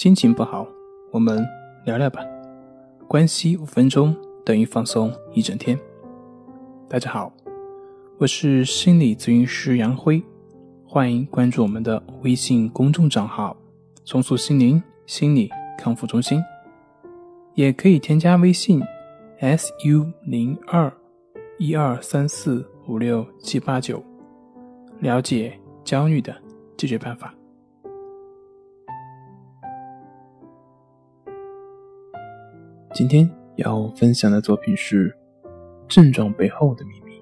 心情不好，我们聊聊吧。关系5分钟等于放松1整天。大家好，我是心理咨询师杨辉，欢迎关注我们的微信公众账号重塑心灵心理康复中心，也可以添加微信 SU0212345679 了解焦虑的解决办法。今天要分享的作品是症状背后的秘密。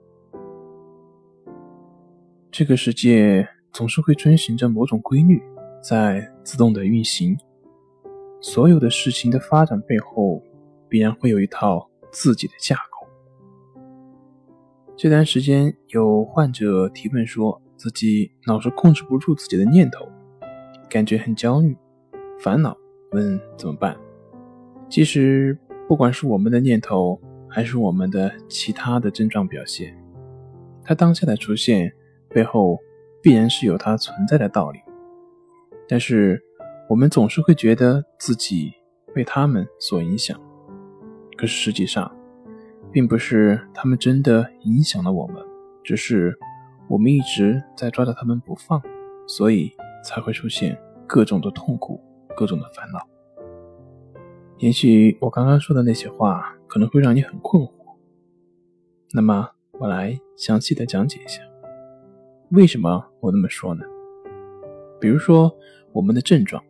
这个世界总是会遵循着某种规律在自动的运行，所有的事情的发展背后必然会有一套自己的架构。这段时间有患者提问说自己老是控制不住自己的念头，感觉很焦虑烦恼，问怎么办。其实不管是我们的念头还是我们的其他的症状表现，它当下的出现背后必然是有它存在的道理，但是我们总是会觉得自己被他们所影响，可是实际上并不是他们真的影响了我们，只是我们一直在抓着他们不放，所以才会出现各种的痛苦，各种的烦恼。也许我刚刚说的那些话可能会让你很困惑，那么我来详细的讲解一下为什么我那么说呢？比如说我们的症状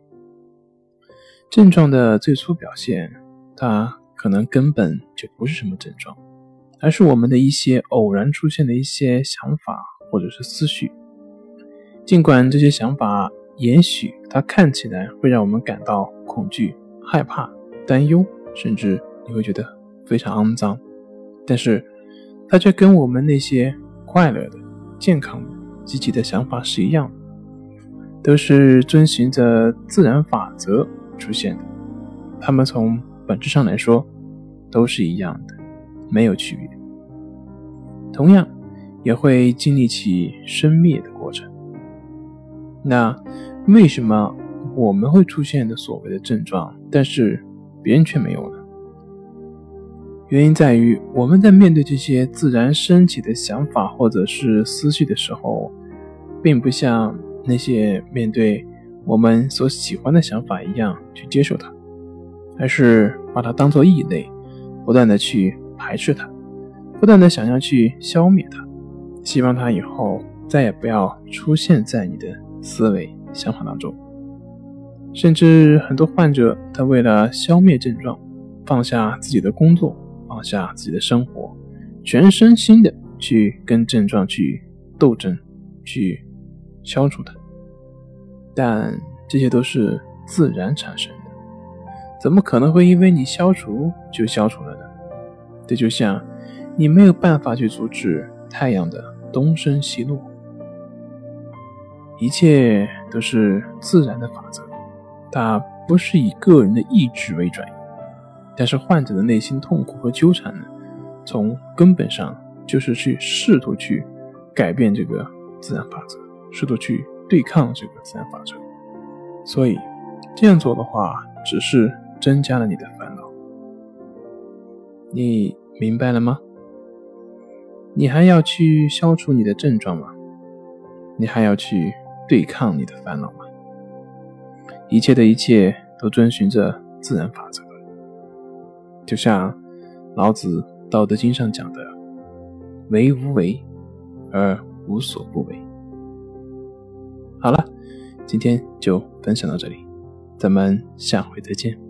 的最初表现，它可能根本就不是什么症状，而是我们的一些偶然出现的一些想法或者是思绪。尽管这些想法也许它看起来会让我们感到恐惧、害怕、担忧，甚至你会觉得非常肮脏，但是它却跟我们那些快乐的、健康的、积极的想法是一样的，都是遵循着自然法则出现的，它们从本质上来说都是一样的，没有区别，同样也会经历起生灭的过程。那为什么我们会出现的所谓的症状，但是别人却没有呢？原因在于我们在面对这些自然升起的想法或者是思绪的时候，并不像那些面对我们所喜欢的想法一样去接受它，而是把它当作异类，不断的去排斥它，不断的想要去消灭它，希望它以后再也不要出现在你的思维想法当中。甚至很多患者他为了消灭症状，放下自己的工作，放下自己的生活，全身心的去跟症状去斗争，去消除它。但这些都是自然产生的，怎么可能会因为你消除就消除了呢？这就像你没有办法去阻止太阳的东升西落，一切都是自然的法则，它不是以个人的意志为转移，但是患者的内心痛苦和纠缠呢，从根本上就是去试图去改变这个自然法则，试图去对抗这个自然法则。所以这样做的话，只是增加了你的烦恼。你明白了吗？你还要去消除你的症状吗？你还要去对抗你的烦恼吗？一切的一切都遵循着自然法则，就像老子道德经上讲的，为无为而无所不为。好了，今天就分享到这里，咱们下回再见。